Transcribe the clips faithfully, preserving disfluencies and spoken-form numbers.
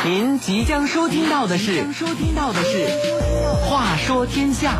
您即将收听到的是，收听到的是《话说天下》。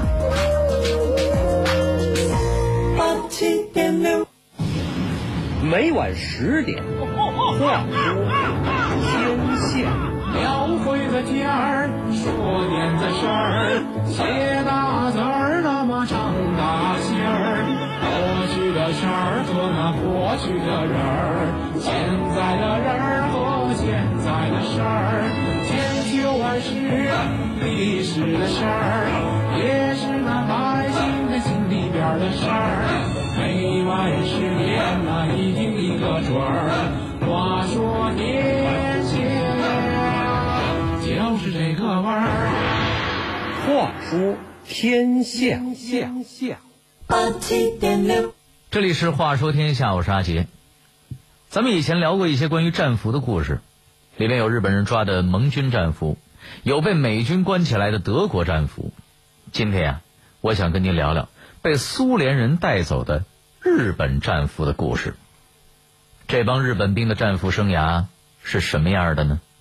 每晚十点，话说天下。 描绘的天儿，说点子事儿，写大字儿，那么长大心儿。过去的事儿和那过去的人儿，现在的人儿和现在的事儿，千秋万世历史的事儿，也是那百姓的心里边的事儿。每晚十点那一定一个准儿。话说天下，就是这个味儿。 话说天下， 这里是话说天下，我是阿杰。咱们以前聊过一些关于战俘的故事，里面有日本人抓的盟军战俘，有被美军关起来的德国战俘。今天啊，我想跟您聊聊被苏联人带走的日本战俘的故事。这帮日本兵的战俘生涯是什么样的呢？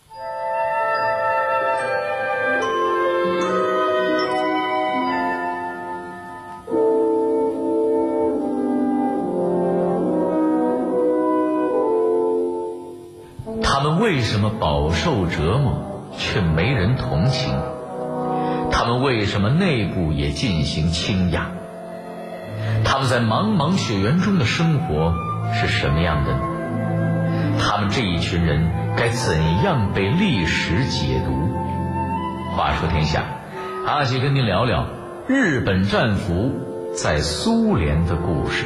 他们为什么饱受折磨却没人同情？他们为什么内部也进行倾轧？他们在茫茫雪原中的生活是什么样的呢？他们这一群人该怎样被历史解读？话说天下，阿杰跟您聊聊日本战俘在苏联的故事。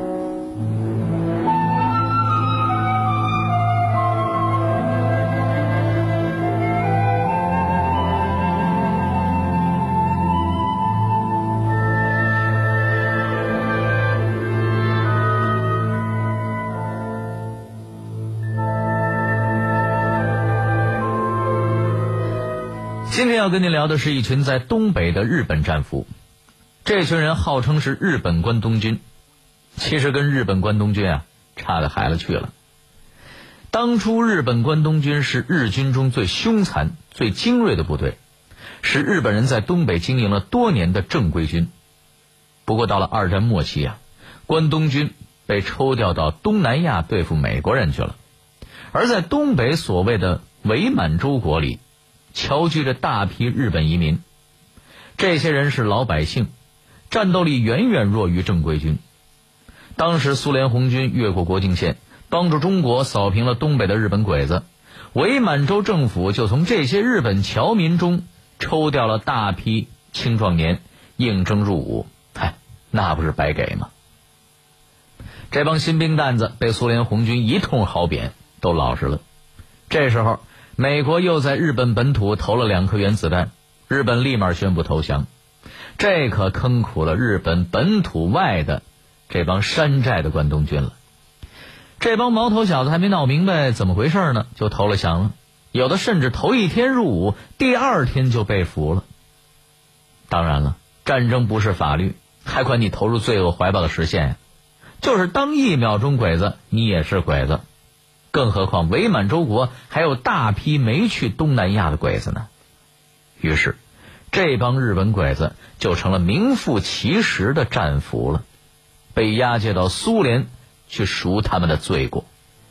今天要跟您聊的是一群在东北的日本战俘，这群人号称是日本关东军，其实跟日本关东军啊差得海了去了。当初日本关东军是日军中最凶残、最精锐的部队，是日本人在东北经营了多年的正规军。不过到了二战末期啊，关东军被抽调到东南亚对付美国人去了，而在东北所谓的伪满洲国里侨居着大批日本移民，这些人是老百姓，战斗力远远弱于正规军。当时苏联红军越过国境线，帮助中国扫平了东北的日本鬼子，伪满洲政府就从这些日本侨民中抽调了大批青壮年应征入伍，嗨，那不是白给吗？这帮新兵蛋子被苏联红军一通嚎扁，都老实了。这时候美国又在日本本土投了两颗原子弹，日本立马宣布投降。这可坑苦了日本本土外的这帮山寨的关东军了。这帮毛头小子还没闹明白怎么回事呢，就投了降了，有的甚至头一天入伍，第二天就被俘了。当然了，战争不是法律，还管你投入罪恶怀抱的实现呀。就是当一秒钟鬼子，你也是鬼子。更何况伪满洲国还有大批没去东南亚的鬼子呢。于是这帮日本鬼子就成了名副其实的战俘了，被押解到苏联去赎他们的罪过。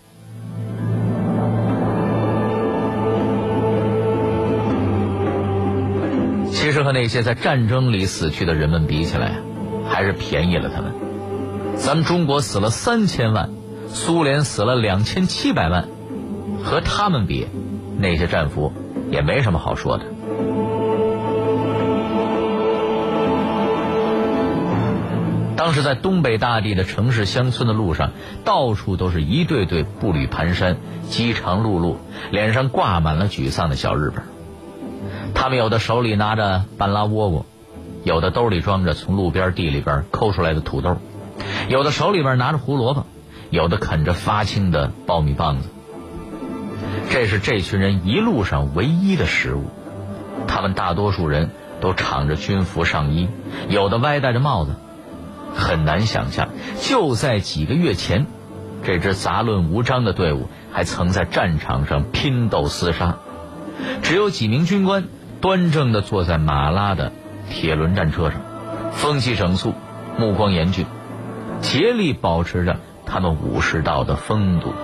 其实和那些在战争里死去的人们比起来，还是便宜了他们。咱们中国死了三千万，苏联死了两千七百万，和他们比，那些战俘也没什么好说的。当时在东北大地的城市乡村的路上，到处都是一对对步履蹒跚、饥肠辘辘、脸上挂满了沮丧的小日本。他们有的手里拿着半拉倭瓜，有的兜里装着从路边地里边抠出来的土豆，有的手里边拿着胡萝卜，有的啃着发青的苞米棒子。这是这群人一路上唯一的食物。他们大多数人都敞着军服上衣，有的歪戴着帽子。很难想象，就在几个月前，这支杂乱无章的队伍还曾在战场上拼斗厮杀， 只有几名军官端正地坐在马拉的铁轮战车上，风气整肃，目光严峻，竭力保持着他们武士道的风度。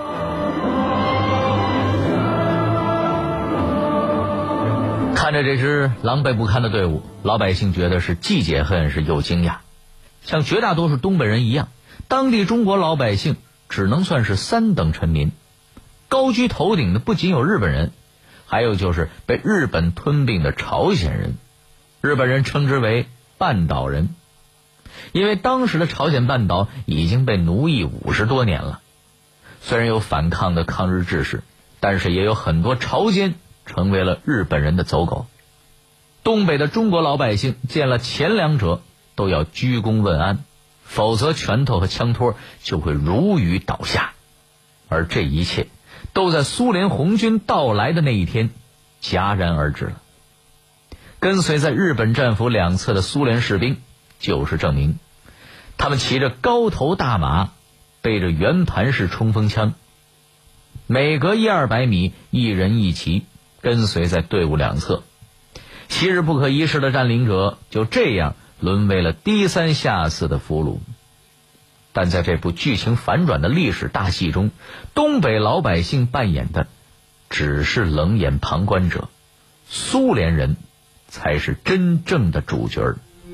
看着这支狼狈不堪的队伍，老百姓觉得是既解恨是又惊讶。像绝大多数东北人一样，当地中国老百姓只能算是三等臣民，高居头顶的不仅有日本人，还有就是被日本吞并的朝鲜人。日本人称之为半岛人，因为当时的朝鲜半岛已经被奴役五十多年了。虽然有反抗的抗日志士，但是也有很多朝鲜成为了日本人的走狗。东北的中国老百姓见了前两者都要鞠躬问安，否则拳头和枪托就会如雨倒下。而这一切都在苏联红军到来的那一天戛然而止了。跟随在日本战俘两侧的苏联士兵就是证明，他们骑着高头大马，背着圆盘式冲锋枪，每隔一二百米一人一骑，跟随在队伍两侧。昔日不可一世的占领者就这样沦为了低三下四的俘虏。但在这部剧情反转的历史大戏中，东北老百姓扮演的只是冷眼旁观者，苏联人才是真正的主角。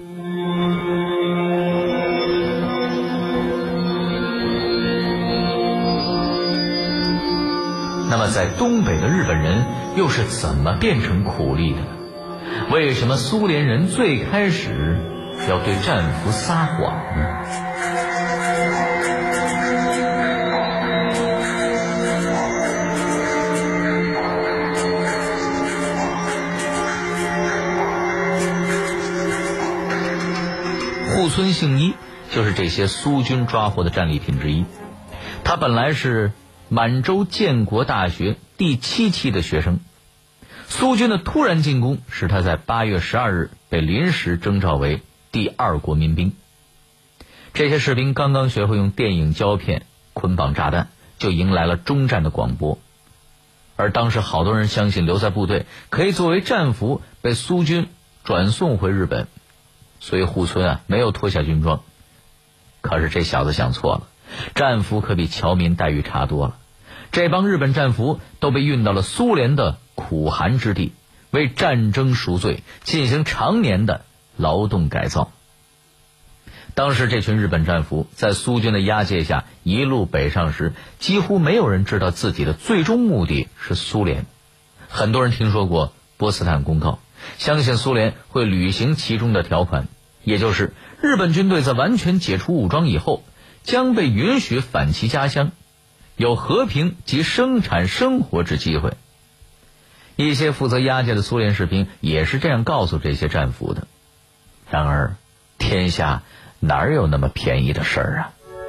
那么在东北的日本人又是怎么变成苦力的呢？为什么苏联人最开始要对战俘撒谎呢？户村幸一就是这些苏军抓获的战利品之一。他本来是满洲建国大学第七期的学生，苏军的突然进攻使他在八月十二日被临时征召为第二国民兵。这些士兵刚刚学会用电影胶片捆绑炸弹，就迎来了终战的广播。而当时好多人相信留在部队可以作为战俘被苏军转送回日本，所以户村啊没有脱下军装。可是这小子想错了，战俘可比侨民待遇差多了。这帮日本战俘都被运到了苏联的苦寒之地，为战争赎罪，进行常年的劳动改造。当时这群日本战俘在苏军的押解下一路北上时，几乎没有人知道自己的最终目的是苏联。很多人听说过波茨坦公告，相信苏联会履行其中的条款，也就是日本军队在完全解除武装以后，将被允许返其家乡，有和平及生产生活之机会。一些负责押解的苏联士兵也是这样告诉这些战俘的。然而天下哪有那么便宜的事儿啊？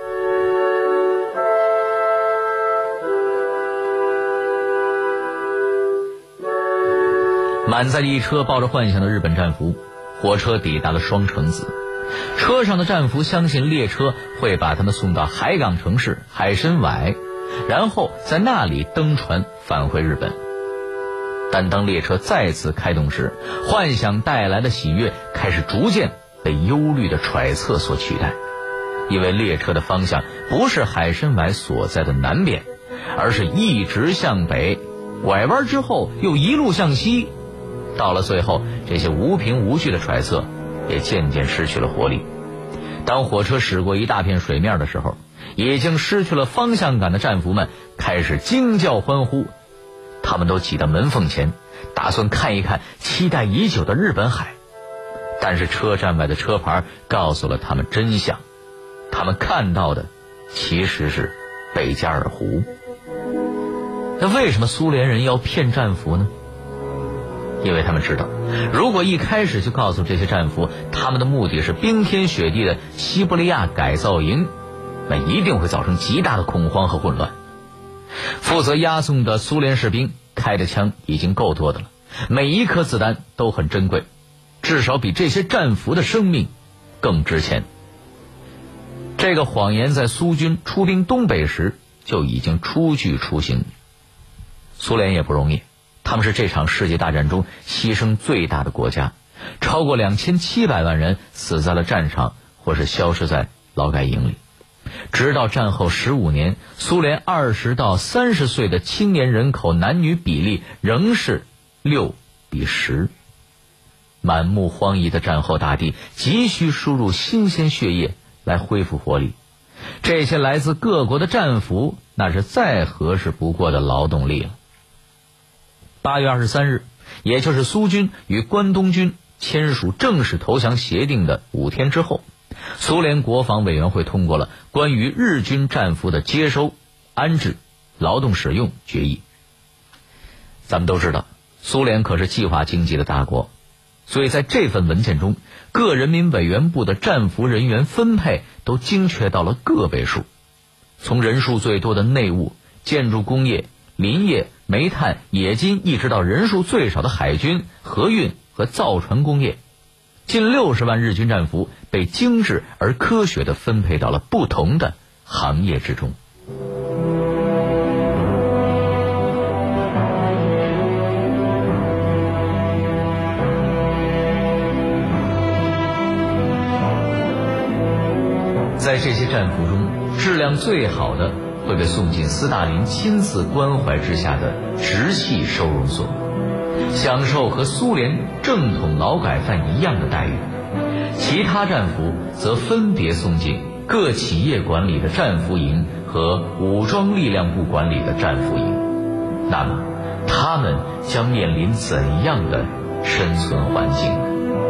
满载一车抱着幻想的日本战俘，火车抵达了双城子。车上的战俘相信列车会把他们送到海港城市海参崴，然后在那里登船返回日本。但当列车再次开动时，幻想带来的喜悦开始逐渐被忧虑的揣测所取代。因为列车的方向不是海参崴所在的南边，而是一直向北，拐弯之后又一路向西。到了最后，这些无凭无据的揣测也渐渐失去了活力。当火车驶过一大片水面的时候，已经失去了方向感的战俘们开始惊叫欢呼。他们都挤到门缝前，打算看一看期待已久的日本海。但是车站外的车牌告诉了他们真相，他们看到的其实是贝加尔湖。那为什么苏联人要骗战俘呢？因为他们知道，如果一开始就告诉这些战俘他们的目的是冰天雪地的西伯利亚改造营，那一定会造成极大的恐慌和混乱。负责押送的苏联士兵开的枪已经够多的了，每一颗子弹都很珍贵，至少比这些战俘的生命更值钱。这个谎言在苏军出兵东北时就已经初具雏形。苏联也不容易， 他们是这场世界大战中牺牲最大的国家，超过两千七百万人死在了战场，或是消失在劳改营里。直到战后十五年，苏联二十到三十岁的青年人口男女比例仍是六比十。满目荒夷的战后大地急需输入新鲜血液来恢复活力。这些来自各国的战俘，那是再合适不过的劳动力了。八月二十三日，也就是苏军与关东军签署正式投降协定的五天之后，苏联国防委员会通过了关于日军战俘的接收、安置、劳动使用决议。咱们都知道，苏联可是计划经济的大国，所以在这份文件中，各人民委员部的战俘人员分配都精确到了个位数。从人数最多的内务、建筑工业、林业、煤炭、冶金，一直到人数最少的海军、河运和造船工业，近六十万日军战俘被精致而科学地分配到了不同的行业之中。在这些战俘中，质量最好的会被送进斯大林亲自关怀之下的直系收容所，享受和苏联正统劳改犯一样的待遇。其他战俘则分别送进各企业管理的战俘营和武装力量部管理的战俘营。那么他们将面临怎样的生存环境呢？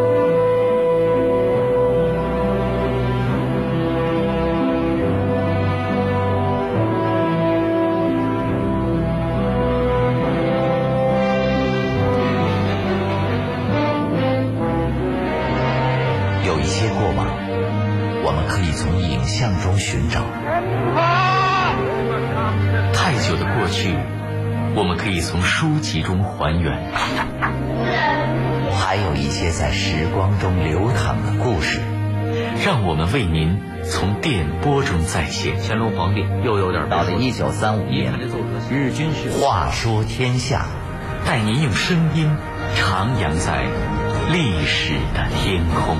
向中寻找太久的过去，我们可以从书籍中还原， 还有一些在时光中流淌的故事， 让我们为您从电波中再现。乾隆皇帝又有点到了一九三五年，日军是话说天下， 带您用声音徜徉在历史的天空。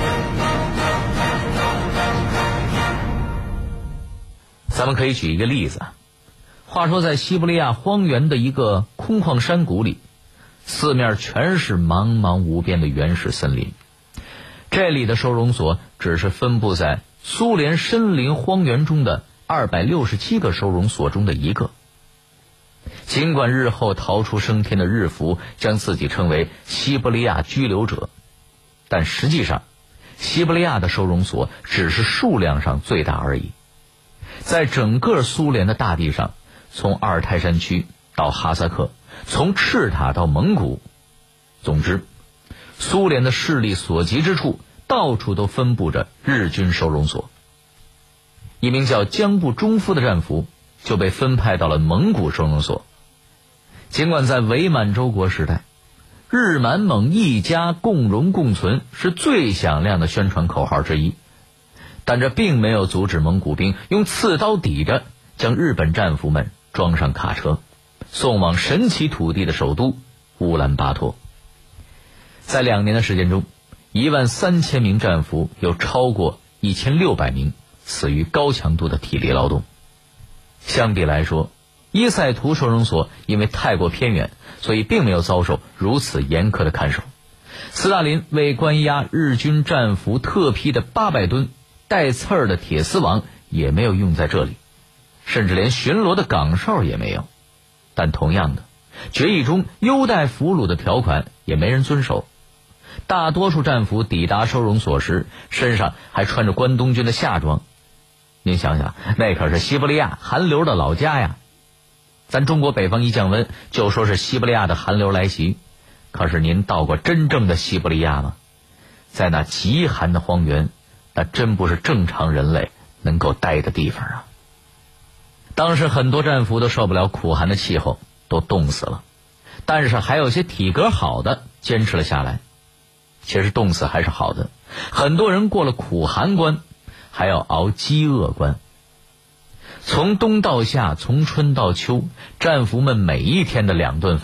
咱们可以举一个例子，话说在西伯利亚荒原的一个空旷山谷里，四面全是茫茫无边的原始森林。这里的收容所只是分布在苏联森林荒原中的二百六十七个收容所中的一个。尽管日后逃出升天的日俘将自己称为西伯利亚居留者，但实际上西伯利亚的收容所只是数量上最大而已。在整个苏联的大地上，从阿尔泰山区到哈萨克，从赤塔到蒙古，总之苏联的势力所及之处，到处都分布着日军收容所。一名叫江部忠夫的战俘就被分派到了蒙古收容所。尽管在伪满洲国时代，日满蒙一家共荣共存是最响亮的宣传口号之一，但这并没有阻止蒙古兵用刺刀抵着将日本战俘们装上卡车，送往神奇土地的首都乌兰巴托。在两年的时间中，一万三千名战俘有超过一千六百名死于高强度的体力劳动。相比来说，伊塞图收容所因为太过偏远，所以并没有遭受如此严苛的看守。斯大林为关押日军战俘特批的八百吨带刺儿的铁丝网也没有用在这里，甚至连巡逻的岗哨也没有。但同样的，决议中优待俘虏的条款也没人遵守。大多数战俘抵达收容所时，身上还穿着关东军的夏装。您想想，那可是西伯利亚寒流的老家呀。咱中国北方一降温，就说是西伯利亚的寒流来袭。可是您到过真正的西伯利亚吗？在那极寒的荒原，那真不是正常人类能够待的地方啊！当时很多战俘都受不了苦寒的气候，都冻死了。但是还有些体格好的坚持了下来。其实冻死还是好的，很多人过了苦寒关，还要熬饥饿关。从冬到夏，从春到秋，战俘们每一天的两顿饭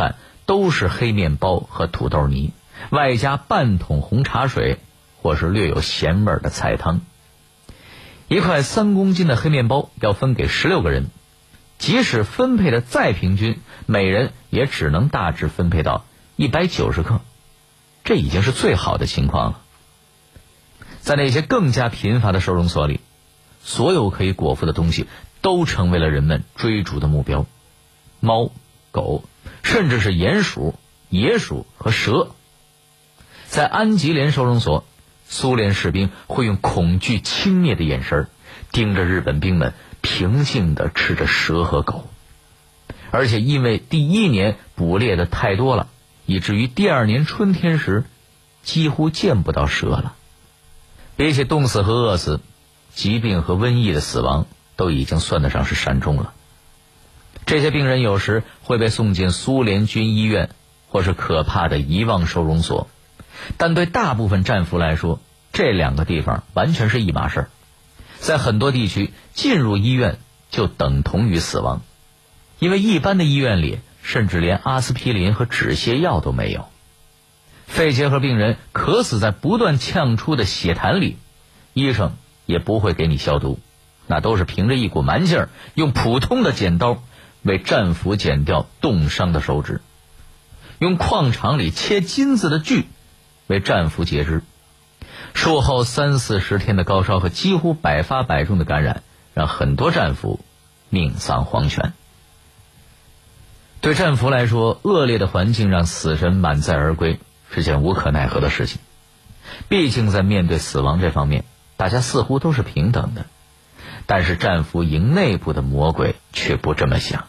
都是黑面包和土豆泥，外加半桶红茶水或是略有咸味的菜汤。一块三公斤的黑面包要分给十六个人，即使分配的再平均，每人也只能大致分配到一百九十克，这已经是最好的情况了。在那些更加贫乏的收容所里，所有可以果腹的东西都成为了人们追逐的目标，猫、狗，甚至是鼹鼠、野鼠和蛇。在安吉连收容所，苏联士兵会用恐惧轻蔑的眼神盯着日本兵们平静地吃着蛇和狗，而且因为第一年捕猎的太多了，以至于第二年春天时几乎见不到蛇了。比起冻死和饿死，疾病和瘟疫的死亡都已经算得上是善终了。这些病人有时会被送进苏联军医院或是可怕的遗忘收容所，但对大部分战俘来说，这两个地方完全是一码事儿。在很多地区，进入医院就等同于死亡，因为一般的医院里甚至连阿司匹林和止泻药都没有。肺结核病人渴死在不断呛出的血痰里，医生也不会给你消毒，那都是凭着一股蛮劲儿，用普通的剪刀为战俘剪掉冻伤的手指，用矿场里切金子的锯为战俘截肢。术后三四十天的高烧和几乎百发百中的感染，让很多战俘命丧黄泉。对战俘来说，恶劣的环境让死神满载而归是件无可奈何的事情。毕竟在面对死亡这方面，大家似乎都是平等的，但是战俘营内部的魔鬼却不这么想。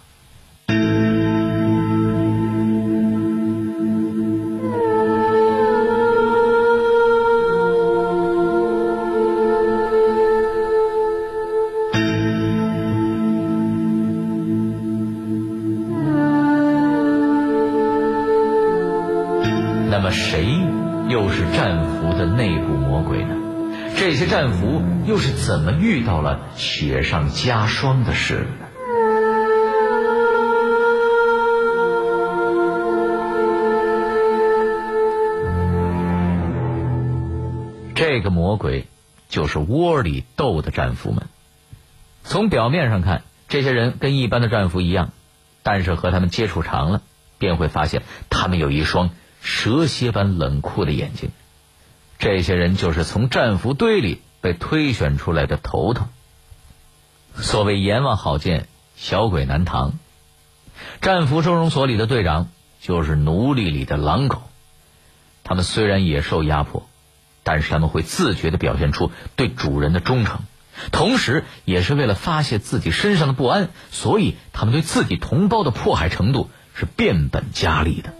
那么谁又是战俘的内部魔鬼呢？这些战俘又是怎么遇到了雪上加霜的事呢？这个魔鬼就是窝里斗的战俘们。从表面上看，这些人跟一般的战俘一样，但是和他们接触长了，便会发现他们有一双蛇蝎般冷酷的眼睛。这些人就是从战俘堆里被推选出来的头头。所谓阎王好见，小鬼难逃。战俘收容所里的队长就是奴隶里的狼狗。他们虽然也受压迫，但是他们会自觉地表现出对主人的忠诚，同时也是为了发泄自己身上的不安，所以他们对自己同胞的迫害程度是变本加厉的。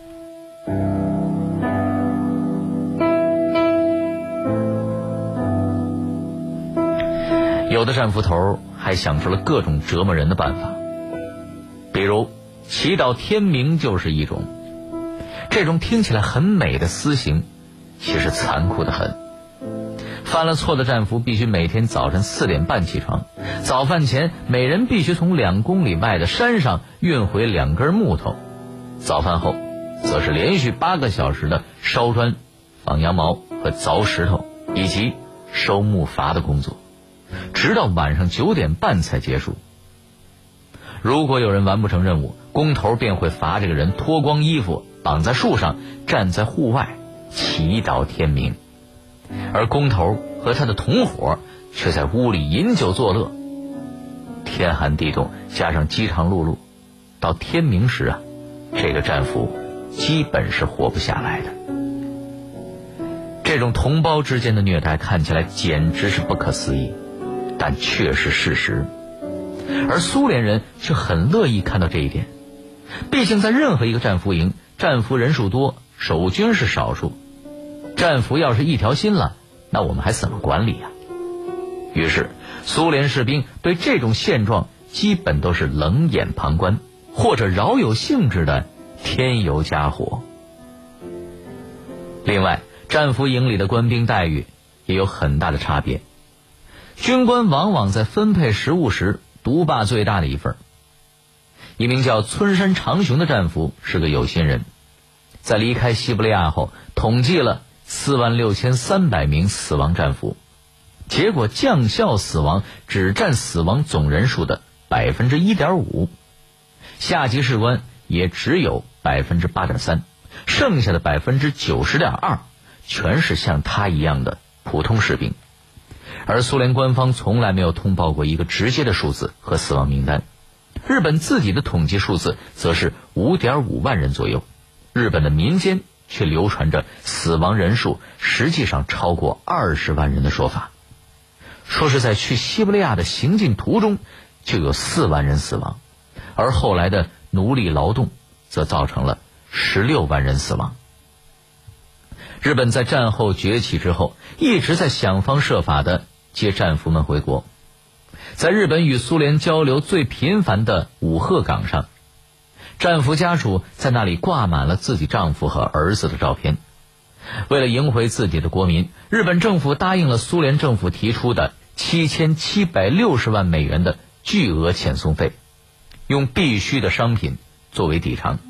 有的战俘头还想出了各种折磨人的办法，比如祈祷天明就是一种。这种听起来很美的私刑，其实残酷得很。犯了错的战俘必须每天早晨四点半起床，早饭前每人必须从两公里外的山上运回两根木头，早饭后则是连续八个小时的烧砖、放羊毛和凿石头以及收木筏的工作，直到晚上九点半才结束。如果有人完不成任务，工头便会罚这个人脱光衣服，绑在树上，站在户外祈祷天明。而工头和他的同伙却在屋里饮酒作乐。天寒地冻，加上饥肠辘辘，到天明时啊，这个战俘基本是活不下来的。这种同胞之间的虐待看起来简直是不可思议，但却是事实。而苏联人却很乐意看到这一点，毕竟在任何一个战俘营，战俘人数多，守军是少数。战俘要是一条心了，那我们还怎么管理啊？于是苏联士兵对这种现状基本都是冷眼旁观，或者饶有兴致的添油加火。另外，战俘营里的官兵待遇也有很大的差别。军官往往在分配食物时独霸最大的一份。一名叫村山长雄的战俘是个有心人， 在离开西伯利亚后，统计了四万六千三百名死亡战俘，结果将校死亡只占死亡总人数的百分之一点五，下级士官也只有百分之八点三，剩下的百分之九十点二全是像他一样的普通士兵。而苏联官方从来没有通报过一个直接的数字和死亡名单，日本自己的统计数字则是 五点五万人左右，日本的民间却流传着死亡人数实际上超过二十万人的说法，说是在去西伯利亚的行进途中就有四万人死亡，而后来的奴隶劳动则造成了十六万人死亡。日本在战后崛起之后，一直在想方设法地接战俘们回国。在日本与苏联交流最频繁的五鹤岗上，战俘家属在那里挂满了自己丈夫和儿子的照片。为了赢回自己的国民，日本政府答应了苏联政府提出的七千七百六十万美元的巨额遣送费，用必需的商品作为抵偿。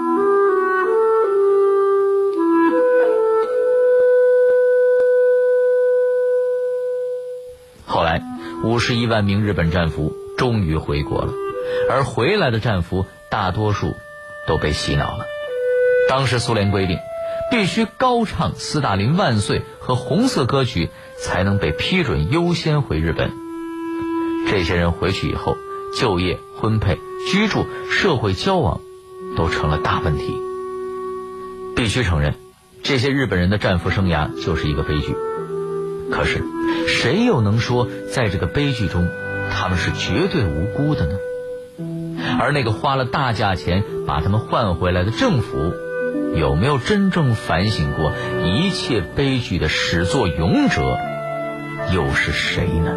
后来五十一万名日本战俘终于回国了，而回来的战俘大多数都被洗脑了。当时苏联规定，必须高唱斯大林万岁和红色歌曲才能被批准优先回日本。这些人回去以后，就业、婚配、居住、社会交往都成了大问题。必须承认，这些日本人的战俘生涯就是一个悲剧。可是谁又能说在这个悲剧中他们是绝对无辜的呢？而那个花了大价钱把他们换回来的政府，有没有真正反省过一切悲剧的始作俑者又是谁呢？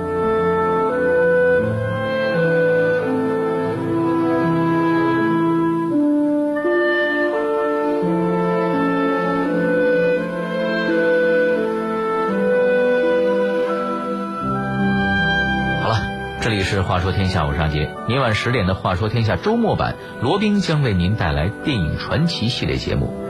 这里是话说天下，我是阿杰。明晚十点的话说天下周末版，罗宾将为您带来电影传奇系列节目。